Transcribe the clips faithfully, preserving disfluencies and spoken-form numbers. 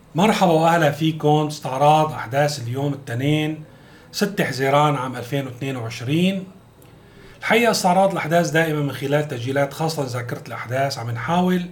مرحبا واهلا فيكم. استعراض احداث اليوم الاثنين ستة حزيران عام ألفين واثنين وعشرين. الحقيقه استعراض الاحداث دائما من خلال تسجيلات خاصه لذاكره الاحداث عم نحاول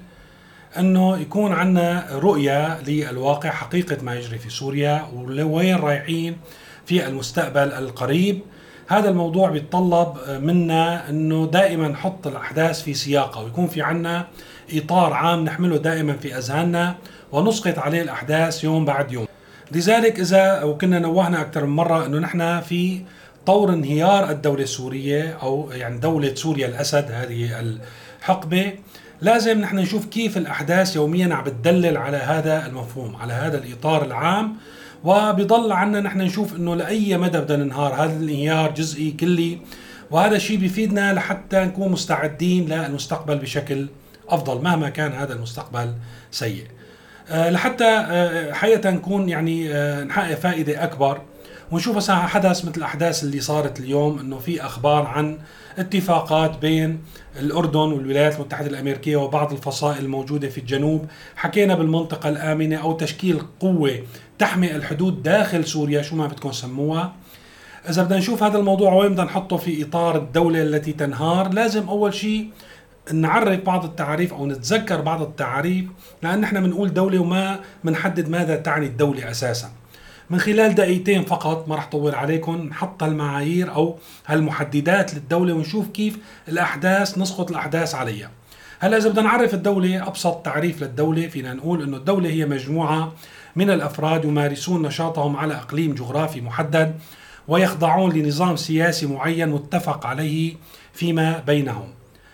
انه يكون عندنا رؤيه للواقع، حقيقه ما يجري في سوريا وين رايحين في المستقبل القريب. هذا الموضوع بيتطلب منا انه دائما نحط الاحداث في سياقها ويكون في عنا اطار عام نحمله دائما في اذهاننا ونسقط عليه الاحداث يوم بعد يوم. لذلك اذا وكنا نوهنا اكثر من مره انه نحن في طور انهيار الدوله السوريه او يعني دوله سوريا الاسد، هذه الحقبه لازم نحن نشوف كيف الاحداث يوميا عم بتدلل على هذا المفهوم، على هذا الاطار العام، وبيضل عنا نحن نشوف انه لاي مدى بدنا ننهار، هذا الانهيار جزئي كلي، وهذا الشيء بيفيدنا لحتى نكون مستعدين للمستقبل بشكل افضل مهما كان هذا المستقبل سيء. أه لحتى أه حقيقة نكون يعني أه نحقق فائدة اكبر ونشوف مثلا حدث مثل الاحداث اللي صارت اليوم، انه في اخبار عن اتفاقات بين الاردن والولايات المتحده الامريكيه وبعض الفصائل الموجوده في الجنوب، حكينا بالمنطقه الامنه او تشكيل قوه تحمي الحدود داخل سوريا، شو ما بدكم سموها. اذا بدنا نشوف هذا الموضوع وين بدنا نحطه في اطار الدوله التي تنهار، لازم اول شيء نعرف بعض التعريف او نتذكر بعض التعريف، لان احنا بنقول دوله وما بنحدد ماذا تعني الدوله اساسا. من خلال دقيقتين فقط، ما رح طول عليكم، نحط المعايير او هالمحددات للدوله ونشوف كيف الاحداث نسقط الاحداث عليها. هلا اذا بدنا نعرف الدوله، ابسط تعريف للدوله فينا نقول انه الدوله هي مجموعه من الافراد يمارسون نشاطهم على اقليم جغرافي محدد ويخضعون لنظام سياسي معين متفق عليه فيما بينهم،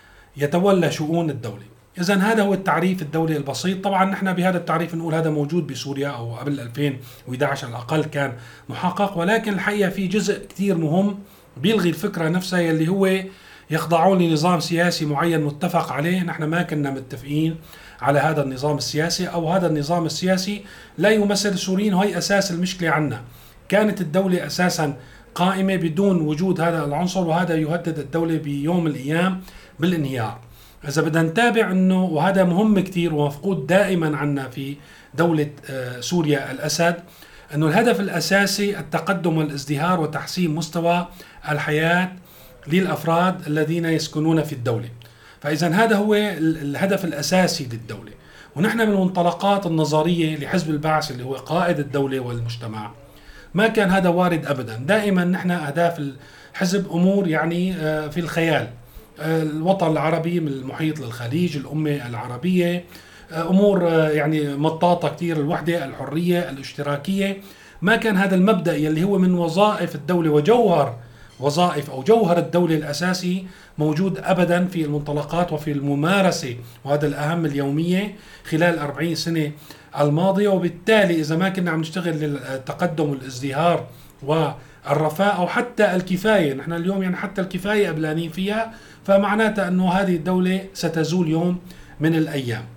يتولى شؤون الدوله. إذن هذا هو التعريف الدولي البسيط. طبعا نحن بهذا التعريف نقول هذا موجود بسوريا أو قبل ألفين وإحدى عشر على الأقل كان محقق، ولكن الحقيقة في جزء كتير مهم بيلغي الفكرة نفسها يلي هو يخضعون لنظام سياسي معين متفق عليه. نحن ما كنا متفقين على هذا النظام السياسي، أو هذا النظام السياسي لا يمثل السوريين، وهي أساس المشكلة عنا. كانت الدولة أساسا قائمة بدون وجود هذا العنصر، وهذا يهدد الدولة بيوم من الأيام بالانهيار. إذا بدنا نتابع أنه، وهذا مهم كتير ومفقود دائما عنا في دولة سوريا الأسد، أنه الهدف الأساسي التقدم والازدهار وتحسين مستوى الحياة للأفراد الذين يسكنون في الدولة. فإذا هذا هو الهدف الأساسي للدولة. ونحن من المنطلقات النظرية لحزب البعث اللي هو قائد الدولة والمجتمع ما كان هذا وارد أبدا. دائما نحن أهداف الحزب أمور يعني في الخيال، الوطن العربي من المحيط للخليج، الأمة العربية، أمور يعني مطاطة كتير، الوحدة، الحرية، الاشتراكية. ما كان هذا المبدأ يلي هو من وظائف الدولة وجوهر وظائف أو جوهر الدولة الأساسي موجود أبدا في المنطلقات وفي الممارسة، وهذا الأهم، اليومية خلال أربعين سنة الماضية. وبالتالي إذا ما كنا عم نشتغل للتقدم والازدهار والرفاه أو حتى الكفاية، نحن اليوم يعني حتى الكفاية قبلانين فيها، فمعناتها أنه هذه الدولة ستزول يوم من الأيام.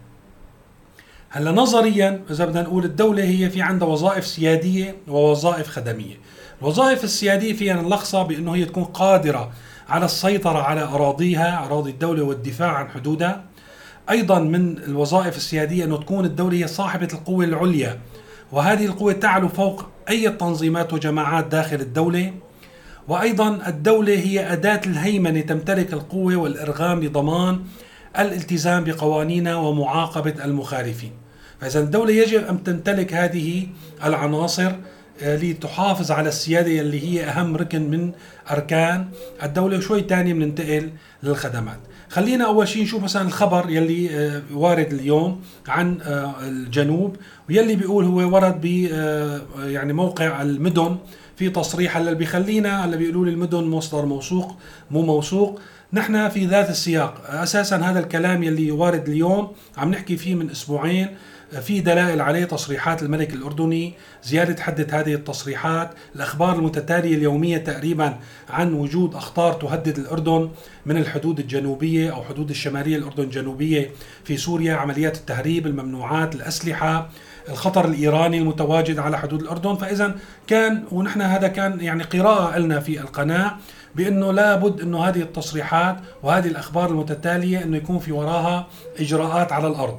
هلا نظريا إذا بدنا نقول الدولة هي في عندها وظائف سيادية ووظائف خدمية. الوظائف السيادية فيها نلخصها بأنه هي تكون قادرة على السيطرة على أراضيها، أراضي الدولة، والدفاع عن حدودها. أيضا من الوظائف السيادية أنه تكون الدولة هي صاحبة القوة العليا، وهذه القوة تعلو فوق أي تنظيمات وجماعات داخل الدولة. وأيضا الدولة هي أداة الهيمنة، تمتلك القوة والإرغام لضمان الالتزام بقوانينها ومعاقبة المخالفين. فإذا الدولة يجب أن تمتلك هذه العناصر لتحافظ على السيادة اللي هي أهم ركن من أركان الدولة. وشوي تاني بننتقل للخدمات. خلينا أول شيء نشوف مثلا الخبر يلي وارد اليوم عن الجنوب، ويلي بيقول هو ورد ب يعني موقع المدن في تصريح. هلا اللي بيخلينا هلا بيقولوا لي المدن مصدر موثوق مو موثوق، نحن في ذات السياق. اساسا هذا الكلام يلي وارد اليوم عم نحكي فيه من اسبوعين، في دلائل عليه، تصريحات الملك الأردني، زيادة حدة هذه التصريحات، الأخبار المتتالية اليومية تقريبا عن وجود أخطار تهدد الأردن من الحدود الجنوبية أو حدود الشمالية الأردن الجنوبية في سوريا، عمليات التهريب، الممنوعات، الأسلحة، الخطر الإيراني المتواجد على حدود الأردن. فإذا كان ونحن هذا كان يعني قراءة لنا في القناة بأنه لابد أنه هذه التصريحات وهذه الأخبار المتتالية أنه يكون في وراها إجراءات على الأرض.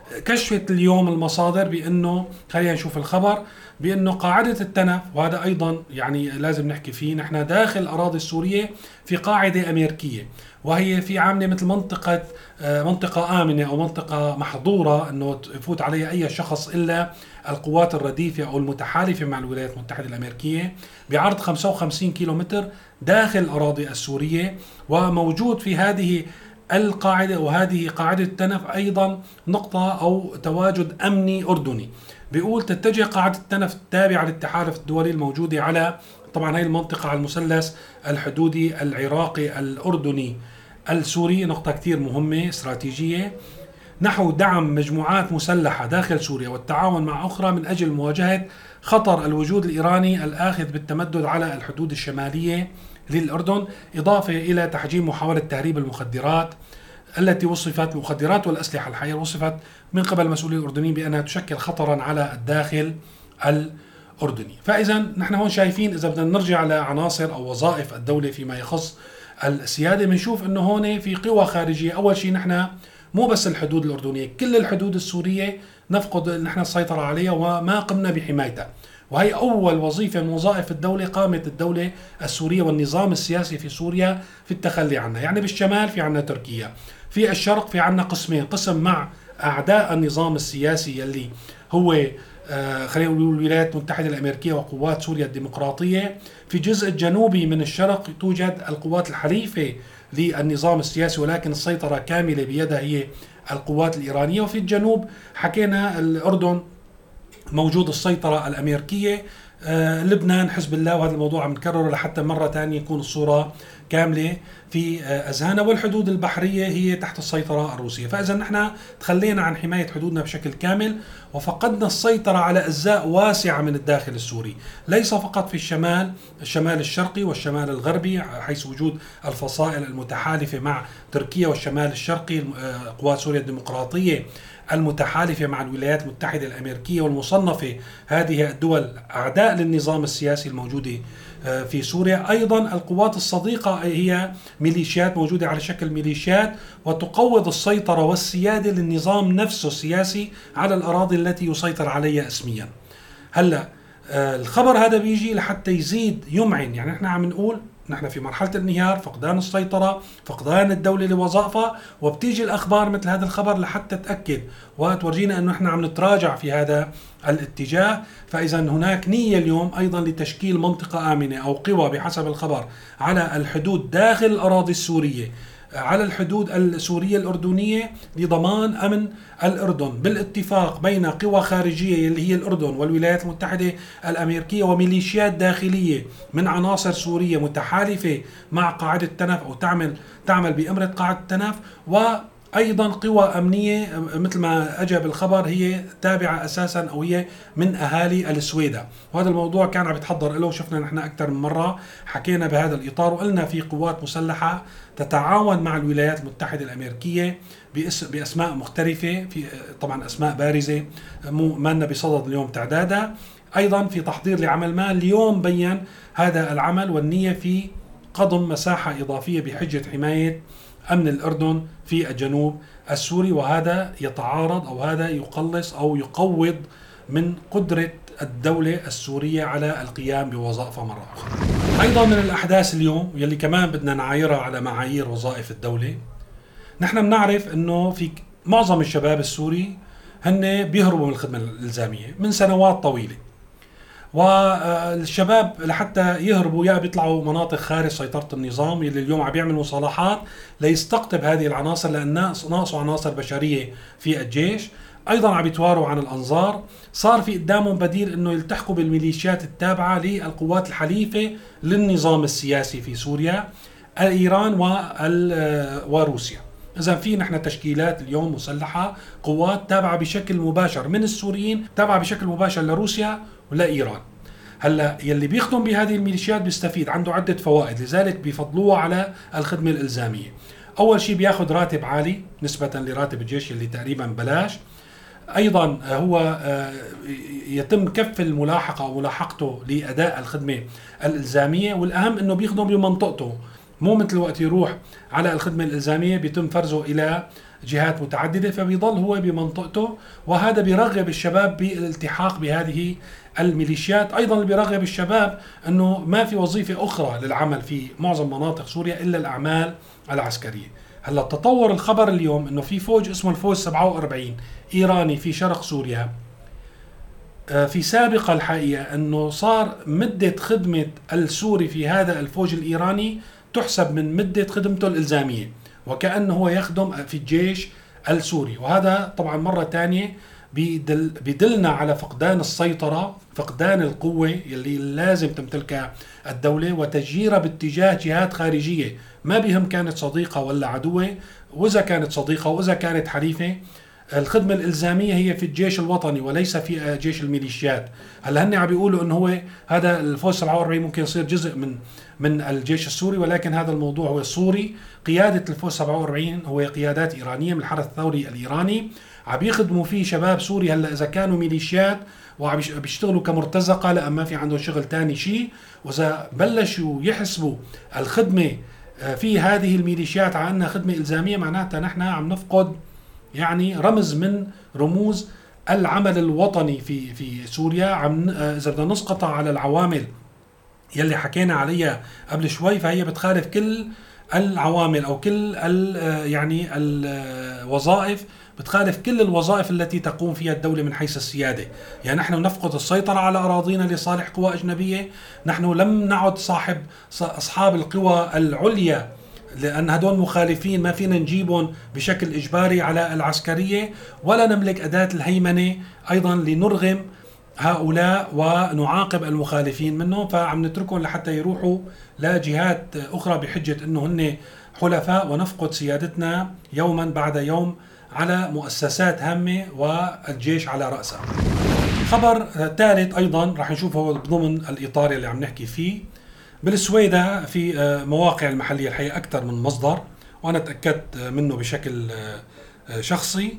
كشفت اليوم المصادر بأنه، خلينا نشوف الخبر، بأنه قاعدة التنف، وهذا أيضا يعني لازم نحكي فيه، نحن داخل الأراضي السورية في قاعدة أمريكية، وهي في عاملة مثل منطقة منطقة آمنة أو منطقة محظورة أنه يفوت عليها أي شخص إلا القوات الرديفة أو المتحالفة مع الولايات المتحدة الأمريكية، بعرض خمسة وخمسين كيلومتر داخل الأراضي السورية. وموجود في هذه القاعدة وهذه قاعدة التنف أيضا نقطة أو تواجد أمني أردني. بيقول تتجه قاعدة التنف التابعة للتحالف الدولي الموجودة على، طبعا هي المنطقة على المثلث الحدودي العراقي الأردني السوري، نقطة كتير مهمة استراتيجية، نحو دعم مجموعات مسلحة داخل سوريا والتعاون مع أخرى من أجل مواجهة خطر الوجود الإيراني الآخذ بالتمدد على الحدود الشمالية للأردن، إضافة إلى تحجيم محاولة تهريب المخدرات التي وصفت المخدرات والأسلحة الحية وصفت من قبل المسؤولين الأردنيين بأنها تشكل خطرا على الداخل الأردني. فإذا نحن هون شايفين، إذا بدنا نرجع لعناصر أو وظائف الدولة فيما يخص السيادة، بنشوف أنه هون في قوى خارجية. أول شيء نحن مو بس الحدود الأردنية، كل الحدود السورية نفقد نحن السيطرة عليها وما قمنا بحمايتها، وهي أول وظيفة من وظائف الدولة قامت الدولة السورية والنظام السياسي في سوريا في التخلي عنها. يعني بالشمال في عنا تركيا، في الشرق في عنا قسمين، قسم مع أعداء النظام السياسي اللي هو آه خلينا نقول الولايات المتحدة الأمريكية وقوات سوريا الديمقراطية. في الجزء الجنوبي من الشرق توجد القوات الحليفة للنظام السياسي ولكن السيطرة كاملة بيدها هي القوات الإيرانية. وفي الجنوب حكينا الأردن موجود السيطرة الأمريكية، آه لبنان حزب الله، وهذا الموضوع عم نكرره لحتى مرة ثانية يكون الصورة كاملة في آه أذهاننا. والحدود البحرية هي تحت السيطرة الروسية. فإذا نحن تخلينا عن حماية حدودنا بشكل كامل وفقدنا السيطرة على أجزاء واسعة من الداخل السوري، ليس فقط في الشمال، الشمال الشرقي والشمال الغربي حيث وجود الفصائل المتحالفة مع تركيا، والشمال الشرقي آه قوات سوريا الديمقراطية المتحالفة مع الولايات المتحدة الأمريكية والمصنفة هذه الدول أعداء للنظام السياسي الموجودة في سوريا. أيضا القوات الصديقة هي ميليشيات موجودة على شكل ميليشيات وتقوض السيطرة والسيادة للنظام نفسه السياسي على الأراضي التي يسيطر عليها اسميا. هلأ الخبر هذا بيجي لحتى يزيد يمعن، يعني نحن عم نقول نحن في مرحلة الانهيار، فقدان السيطرة، فقدان الدولة لوظائفها، وبتيجي الأخبار مثل هذا الخبر لحتى تأكد وتورجينا أنه نحن عم نتراجع في هذا الاتجاه. فإذا هناك نية اليوم أيضا لتشكيل منطقة آمنة أو قوى بحسب الخبر على الحدود داخل الأراضي السورية، على الحدود السورية الأردنية، لضمان أمن الأردن بالاتفاق بين قوى خارجية اللي هي الأردن والولايات المتحدة الأمريكية وميليشيات داخلية من عناصر سورية متحالفة مع قاعدة التنف أو تعمل تعمل بإمرة قاعدة التنف، وأيضا قوى أمنية مثل ما أجى بالخبر هي تابعة أساسا أو هي من أهالي السويدة. وهذا الموضوع كان عم يتحضر له، شفنا نحن أكثر من مرة حكينا بهذا الإطار وقلنا في قوات مسلحة تتعاون مع الولايات المتحدة الأمريكية بأسماء مختلفة، في طبعا أسماء بارزة مو مالنا بصدد اليوم تعدادها، أيضا في تحضير لعمل ما. اليوم بيّن هذا العمل والنية في قضم مساحة إضافية بحجة حماية أمن الأردن في الجنوب السوري، وهذا يتعارض أو هذا يقلص أو يقوض من قدرة الدولة السورية على القيام بوظائفها مرة أخرى. أيضا من الأحداث اليوم يلي كمان بدنا نعايرها على معايير وظائف الدولة، نحن بنعرف أنه في معظم الشباب السوري هن بيهربوا من الخدمة الإلزامية من سنوات طويلة، والشباب لحتى يهربوا يا بيطلعوا مناطق خارج سيطرة النظام اللي اليوم عم بيعمل مصالحات ليستقطب هذه العناصر لأن ناقصوا عناصر بشرية في الجيش. أيضا عم يتواروا عن الأنظار، صار في قدامهم بديل أنه يلتحقوا بالميليشيات التابعة للقوات الحليفة للنظام السياسي في سوريا، إيران وروسيا. إذا في نحن تشكيلات اليوم مسلحة، قوات تابعة بشكل مباشر من السوريين، تابعة بشكل مباشر لروسيا ولا إيران. هلا يلي بيخدم بهذه الميليشيات بيستفيد، عنده عدة فوائد، لذلك بيفضلوه على الخدمة الإلزامية. أول شيء بياخذ راتب عالي نسبة لراتب الجيش اللي تقريبا بلاش. أيضا هو يتم كف الملاحقة أو ملاحقته لأداء الخدمة الإلزامية، والأهم أنه بيخدم بمنطقته، مو مثل وقت يروح على الخدمة الإلزامية بيتم فرزه إلى جهات متعددة، فبيضل هو بمنطقته، وهذا بيرغب الشباب بالالتحاق بهذه الميليشيات. أيضا بيرغب الشباب أنه ما في وظيفة أخرى للعمل في معظم مناطق سوريا إلا الأعمال العسكرية. هلا تطور الخبر اليوم أنه في فوج اسمه الفوج سبعة وأربعين إيراني في شرق سوريا. في سابقة الحقيقة أنه صار مدة خدمة السوري في هذا الفوج الإيراني تحسب من مدة خدمته الإلزامية، وكأنه هو يخدم في الجيش السوري. وهذا طبعا مرة تانية بيدل بيدلنا على فقدان السيطرة، فقدان القوة اللي لازم تمتلكها الدولة، وتجيرها باتجاه جهات خارجية ما بهم كانت صديقة ولا عدوة، وإذا كانت صديقة وإذا كانت حليفة. الخدمة الإلزامية هي في الجيش الوطني وليس في جيش الميليشيات. هلا هن عم بيقولوا انه هو هذا الفوج سبعة وأربعين ممكن يصير جزء من من الجيش السوري، ولكن هذا الموضوع هو سوري. قيادة الفوج سبعة وأربعين هو قيادات إيرانية من الحرس الثوري الإيراني، عم يخدموا فيه شباب سوري. هلا إذا كانوا ميليشيات وعم بيشتغلوا كمرتزقة لأن ما في عندهم شغل تاني شيء، وإذا بلشوا يحسبوا الخدمة في هذه الميليشيات على أنها خدمة إلزامية، معناتها نحن عم نفقد يعني رمز من رموز العمل الوطني في في سوريا. عم اذا بدنا نسقطها على العوامل يلي حكينا عليها قبل شوي، فهي بتخالف كل العوامل او كل ال يعني الوظائف، بتخالف كل الوظائف التي تقوم فيها الدولة من حيث السيادة. يعني نحن نفقد السيطرة على أراضينا لصالح قوى أجنبية، نحن لم نعد صاحب أصحاب القوى العليا، لأن هدول مخالفين ما فينا نجيبهم بشكل إجباري على العسكرية، ولا نملك أداة الهيمنة أيضا لنرغم هؤلاء ونعاقب المخالفين منهم، فعم نتركهم لحتى يروحوا لجهات أخرى بحجة أنه هن حلفاء، ونفقد سيادتنا يوما بعد يوم على مؤسسات هامة والجيش على رأسها. خبر ثالث أيضا رح نشوفه ضمن الإطار اللي عم نحكي فيه. بالسويدة في مواقع المحلية الحقيقة أكثر من مصدر، وأنا تأكدت منه بشكل شخصي.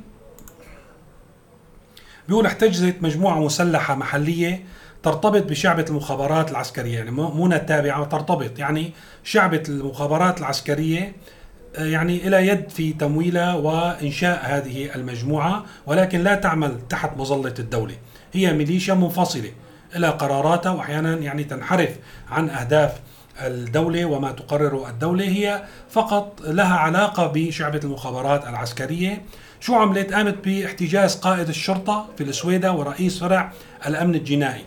بيقول احتجزت مجموعة مسلحة محلية ترتبط بشعبة المخابرات العسكرية، يعني مو تابعة، ترتبط يعني شعبة المخابرات العسكرية يعني إلى يد في تمويلها وإنشاء هذه المجموعة، ولكن لا تعمل تحت مظلة الدولة. هي ميليشيا منفصلة إلى قراراتها، وأحيانا يعني تنحرف عن أهداف الدولة وما تقرره الدولة. هي فقط لها علاقة بشعبة المخابرات العسكرية. شو عملت؟ قامت باحتجاز قائد الشرطة في السويدة ورئيس فرع الأمن الجنائي.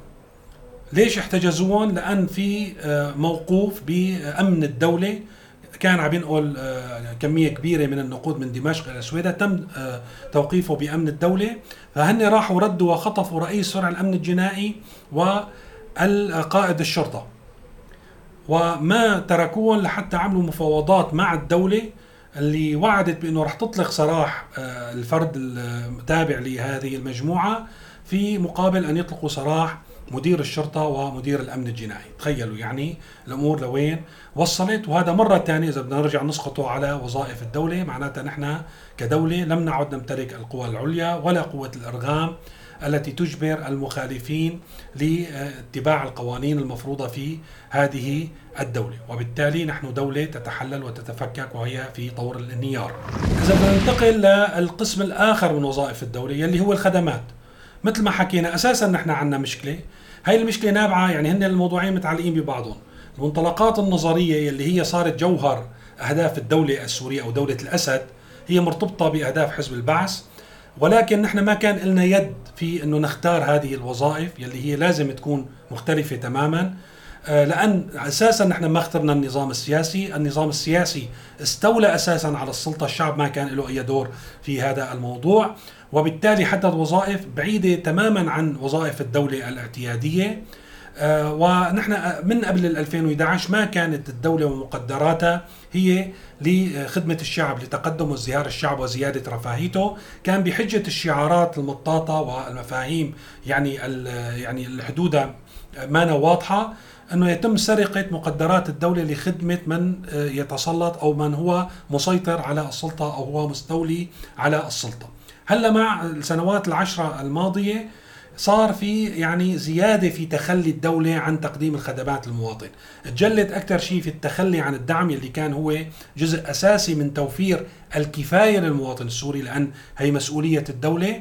ليش احتجزوهم؟ لأن في موقوف بأمن الدولة كان عم ينقل كمية كبيرة من النقود من دمشق إلى السويدة، تم توقيفه بأمن الدولة، فهن راحوا ردوا وخطفوا رئيس فرع الأمن الجنائي والقائد الشرطة، وما تركوهم لحتى عملوا مفاوضات مع الدولة اللي وعدت بأنه رح تطلق سراح الفرد التابع لهذه المجموعة في مقابل أن يطلقوا سراح مدير الشرطة ومدير الأمن الجنائي. تخيلوا يعني الأمور لوين وصلت. وهذا مرة ثانية إذا بدنا نرجع نسقطه على وظائف الدولة، معناتها نحن كدولة لم نعد نمتلك القوى العليا ولا قوة الإرغام التي تجبر المخالفين لاتباع القوانين المفروضة في هذه الدولة، وبالتالي نحن دولة تتحلل وتتفكك وهي في طور الانهيار. إذا بدنا ننتقل للقسم الآخر من وظائف الدولة يلي هو الخدمات، مثل ما حكينا أساسا نحن عندنا مشكلة. هاي المشكلة نابعة يعني هن الموضوعين متعلقين ببعضهم. المنطلقات النظرية يلي هي صارت جوهر أهداف الدولة السورية أو دولة الأسد هي مرتبطة بأهداف حزب البعث، ولكن نحن ما كان لنا يد في أنه نختار هذه الوظائف يلي هي لازم تكون مختلفة تماما، لأن أساسا نحن ما اخترنا النظام السياسي. النظام السياسي استولى أساسا على السلطة، الشعب ما كان له أي دور في هذا الموضوع، وبالتالي حدد وظائف بعيدة تماما عن وظائف الدولة الاعتيادية. آه ونحن من قبل ألفين وإحدى عشر ما كانت الدولة ومقدراتها هي لخدمة الشعب، لتقدم وازدهار الشعب وزيادة رفاهيته. كان بحجة الشعارات المطاطة والمفاهيم يعني يعني الحدود ما واضحة أنه يتم سرقة مقدرات الدولة لخدمة من يتسلط أو من هو مسيطر على السلطة أو هو مستولي على السلطة. هلا مع السنوات العشرة الماضية صار في يعني زيادة في تخلي الدولة عن تقديم الخدمات للمواطن. تجلت أكثر شيء في التخلي عن الدعم اللي كان هو جزء أساسي من توفير الكفاية للمواطن السوري، لأن هي مسؤولية الدولة،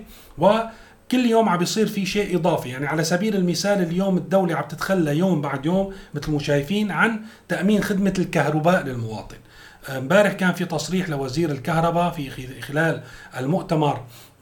وكل يوم عم بيصير في شيء إضافي. يعني على سبيل المثال اليوم الدولة عم تتخلى يوم بعد يوم مثل ما شايفين عن تأمين خدمة الكهرباء للمواطن. امبارح كان في تصريح لوزير الكهرباء في خلال المؤتمر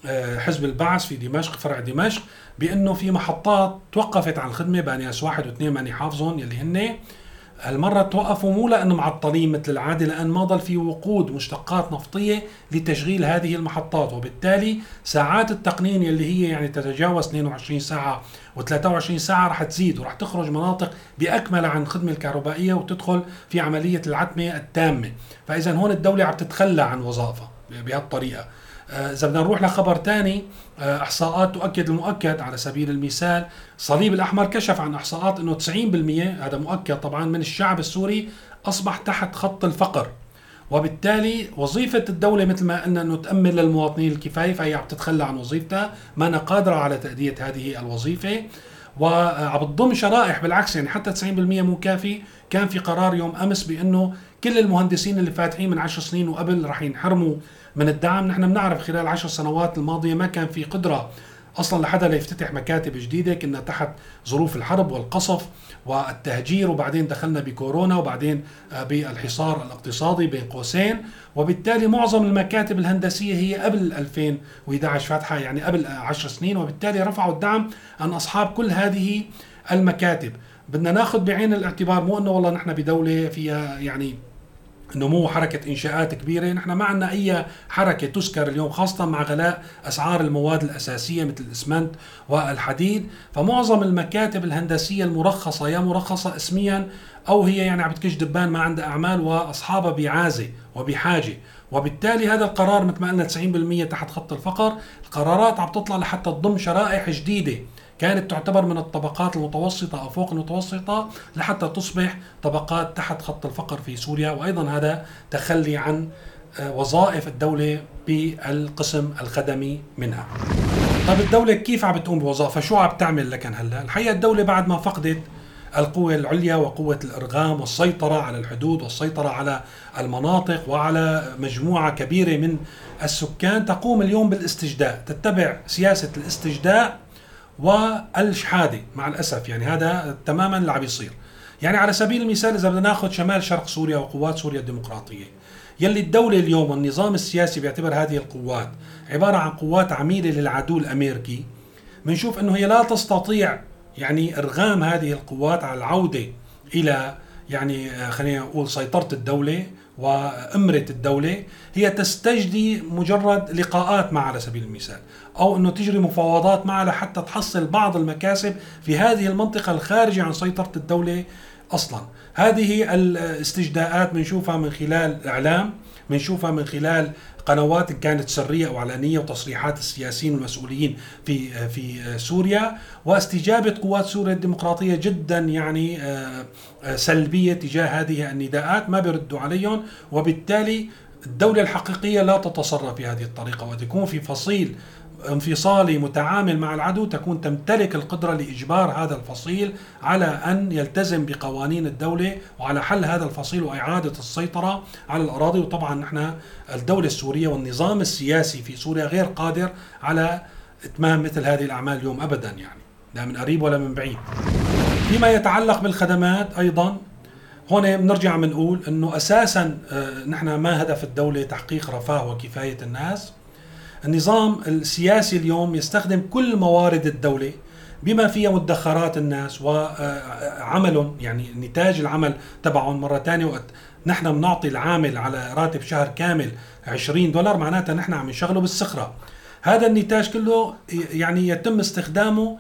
حزب البعث في دمشق فرع دمشق بانه في محطات توقفت عن الخدمه، بانياس واحد واثنين ماني حافظهم، يلي هن هالمره توقفوا مو لانه معطلين مثل العاده، لان ما ضل في وقود مشتقات نفطيه لتشغيل هذه المحطات، وبالتالي ساعات التقنين يلي هي يعني تتجاوز اثنين وعشرين ساعه وثلاثة وعشرين ساعه رح تزيد، ورح تخرج مناطق باكملها عن الخدمه الكهربائيه وتدخل في عمليه العتمه التامه. فاذا هون الدوله عم تتخلى عن وظائفها بهالطريقه. إذا بدنا نروح لخبر ثاني، إحصاءات تؤكد المؤكد. على سبيل المثال الصليب الأحمر كشف عن إحصاءات أنه تسعين بالمئة، هذا مؤكد طبعا، من الشعب السوري أصبح تحت خط الفقر، وبالتالي وظيفة الدولة مثل ما قلنا أنه تأمن للمواطنين الكفاية، فهي عم تتخلى عن وظيفتها، ما أنا قادرة على تأدية هذه الوظيفة، وعم بتضم شرائح. بالعكس يعني حتى تسعين بالمئة مو كافي. كان في قرار يوم أمس بأنه كل المهندسين اللي فاتحين من عشر سنين وقبل رح ينحرموا من الدعم. نحن بنعرف خلال العشر سنوات الماضية ما كان في قدرة أصلا لحدا ليفتتح مكاتب جديدة، كنا تحت ظروف الحرب والقصف والتهجير، وبعدين دخلنا بكورونا، وبعدين بالحصار الاقتصادي بين قوسين، وبالتالي معظم المكاتب الهندسية هي قبل ألفين وإحدى عشر فاتحة، يعني قبل عشر سنين، وبالتالي رفعوا الدعم عن أصحاب كل هذه المكاتب. بدنا ناخذ بعين الاعتبار مو انه والله نحن بدولة فيها يعني نمو حركة إنشاءات كبيرة، نحن ما عندنا أي حركة تذكر اليوم، خاصة مع غلاء أسعار المواد الأساسية مثل الإسمنت والحديد. فمعظم المكاتب الهندسية المرخصة يا مرخصة اسميا أو هي يعني عم بتكش دبان ما عندها أعمال وأصحابها بعازة وبحاجة، وبالتالي هذا القرار مثل ما قلنا تسعين بالمئة تحت خط الفقر. القرارات عم تطلع لحتى تضم شرائح جديدة كانت تعتبر من الطبقات المتوسطة أو فوق المتوسطة لحتى تصبح طبقات تحت خط الفقر في سوريا، وأيضا هذا تخلي عن وظائف الدولة بالقسم الخدمي منها. طيب الدولة كيف عم بتقوم بوظائفها؟ شو عم بتعمل لكن هلا؟ الحقيقة الدولة بعد ما فقدت القوة العليا وقوة الإرغام والسيطرة على الحدود والسيطرة على المناطق وعلى مجموعة كبيرة من السكان، تقوم اليوم بالاستجداء، تتبع سياسة الاستجداء والشحاده مع الاسف. يعني هذا تماما اللي عم يصير. يعني على سبيل المثال اذا بدنا ناخذ شمال شرق سوريا وقوات سوريا الديمقراطيه، يلي الدوله اليوم والنظام السياسي بيعتبر هذه القوات عباره عن قوات عميله للعدو الامريكي، بنشوف انه هي لا تستطيع يعني ارغام هذه القوات على العوده الى يعني خلينا نقول سيطره الدوله وامره الدوله. هي تستجدي مجرد لقاءات مع على سبيل المثال، او انه تجري مفاوضات معها لحتى تحصل بعض المكاسب في هذه المنطقه الخارجه عن سيطره الدوله اصلا. هذه الاستجداءات بنشوفها من خلال الاعلام، بنشوفها من خلال قنوات كانت سريه او علنيه وتصريحات السياسيين والمسؤولين في في سوريا، واستجابه قوات سوريا الديمقراطيه جدا يعني سلبيه تجاه هذه النداءات، ما بيردوا عليهم، وبالتالي الدوله الحقيقيه لا تتصرف بهذه الطريقه، وتكون في فصيل انفصالي متعامل مع العدو تكون تمتلك القدرة لإجبار هذا الفصيل على أن يلتزم بقوانين الدولة وعلى حل هذا الفصيل وإعادة السيطرة على الأراضي. وطبعا نحن الدولة السورية والنظام السياسي في سوريا غير قادر على إتمام مثل هذه الأعمال اليوم أبدا، يعني لا من قريب ولا من بعيد. فيما يتعلق بالخدمات أيضا هون بنرجع بنقول أنه أساسا نحن ما هدف الدولة تحقيق رفاه وكفاية الناس. النظام السياسي اليوم يستخدم كل موارد الدولة بما فيها مدخرات الناس وعملهم، يعني نتاج العمل تبعهم. مرة ثانية وقت نحن بنعطي العامل على راتب شهر كامل عشرين دولار، معناتها نحن عم نشغله بالسخرة. هذا النتاج كله يعني يتم استخدامه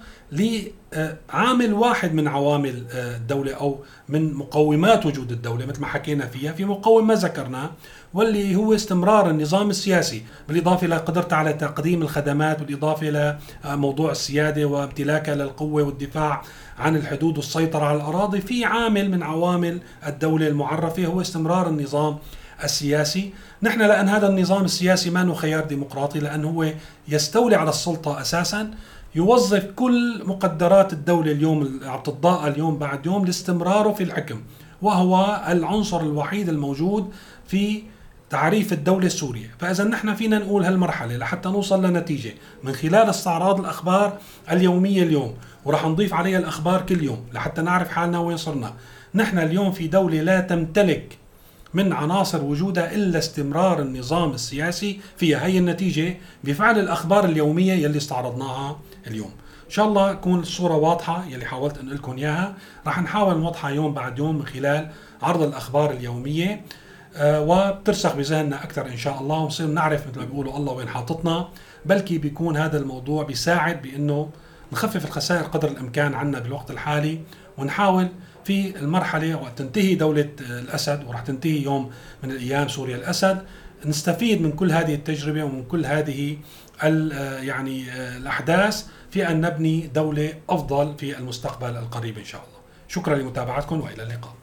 لعامل واحد من عوامل الدولة أو من مقومات وجود الدولة مثل ما حكينا فيها، في مقوم ما ذكرناه واللي هو استمرار النظام السياسي، بالإضافة إلى قدرته على تقديم الخدمات، بالإضافة إلى موضوع السيادة وامتلاكها للقوة والدفاع عن الحدود والسيطرة على الأراضي. في عامل من عوامل الدولة المعرفة هو استمرار النظام السياسي. نحن لأن هذا النظام السياسي ما نو خيار ديمقراطي، لأن هو يستولي على السلطة أساسا، يوظف كل مقدرات الدولة اليوم اللي عم تتضاءل اليوم بعد يوم لاستمراره في الحكم، وهو العنصر الوحيد الموجود في تعريف الدولة السورية. فإذا نحن فينا نقول هالمرحلة لحتى نوصل لنتيجة من خلال استعراض الأخبار اليومية اليوم، ورح نضيف عليها الأخبار كل يوم لحتى نعرف حالنا وين صرنا. نحن اليوم في دولة لا تمتلك من عناصر وجودها إلا استمرار النظام السياسي فيها. هي النتيجة بفعل الأخبار اليومية يلي استعرضناها اليوم. إن شاء الله تكون الصورة واضحة يلي حاولت أن لكم إياها. رح نحاول نوضحها يوم بعد يوم من خلال عرض الأخبار اليومية، آه وبترسخ بذهننا أكثر إن شاء الله، ونصير نعرف مثل ما بيقولوا الله وين حاططنا. بلكي بيكون هذا الموضوع بيساعد بأنه نخفف الخسائر قدر الإمكان عنا بالوقت الحالي، ونحاول في المرحلة وقت تنتهي دولة الأسد ورح تنتهي يوم من الأيام سوريا الأسد، نستفيد من كل هذه التجربة ومن كل هذه يعني الأحداث في أن نبني دولة أفضل في المستقبل القريب إن شاء الله. شكرا لمتابعتكم وإلى اللقاء.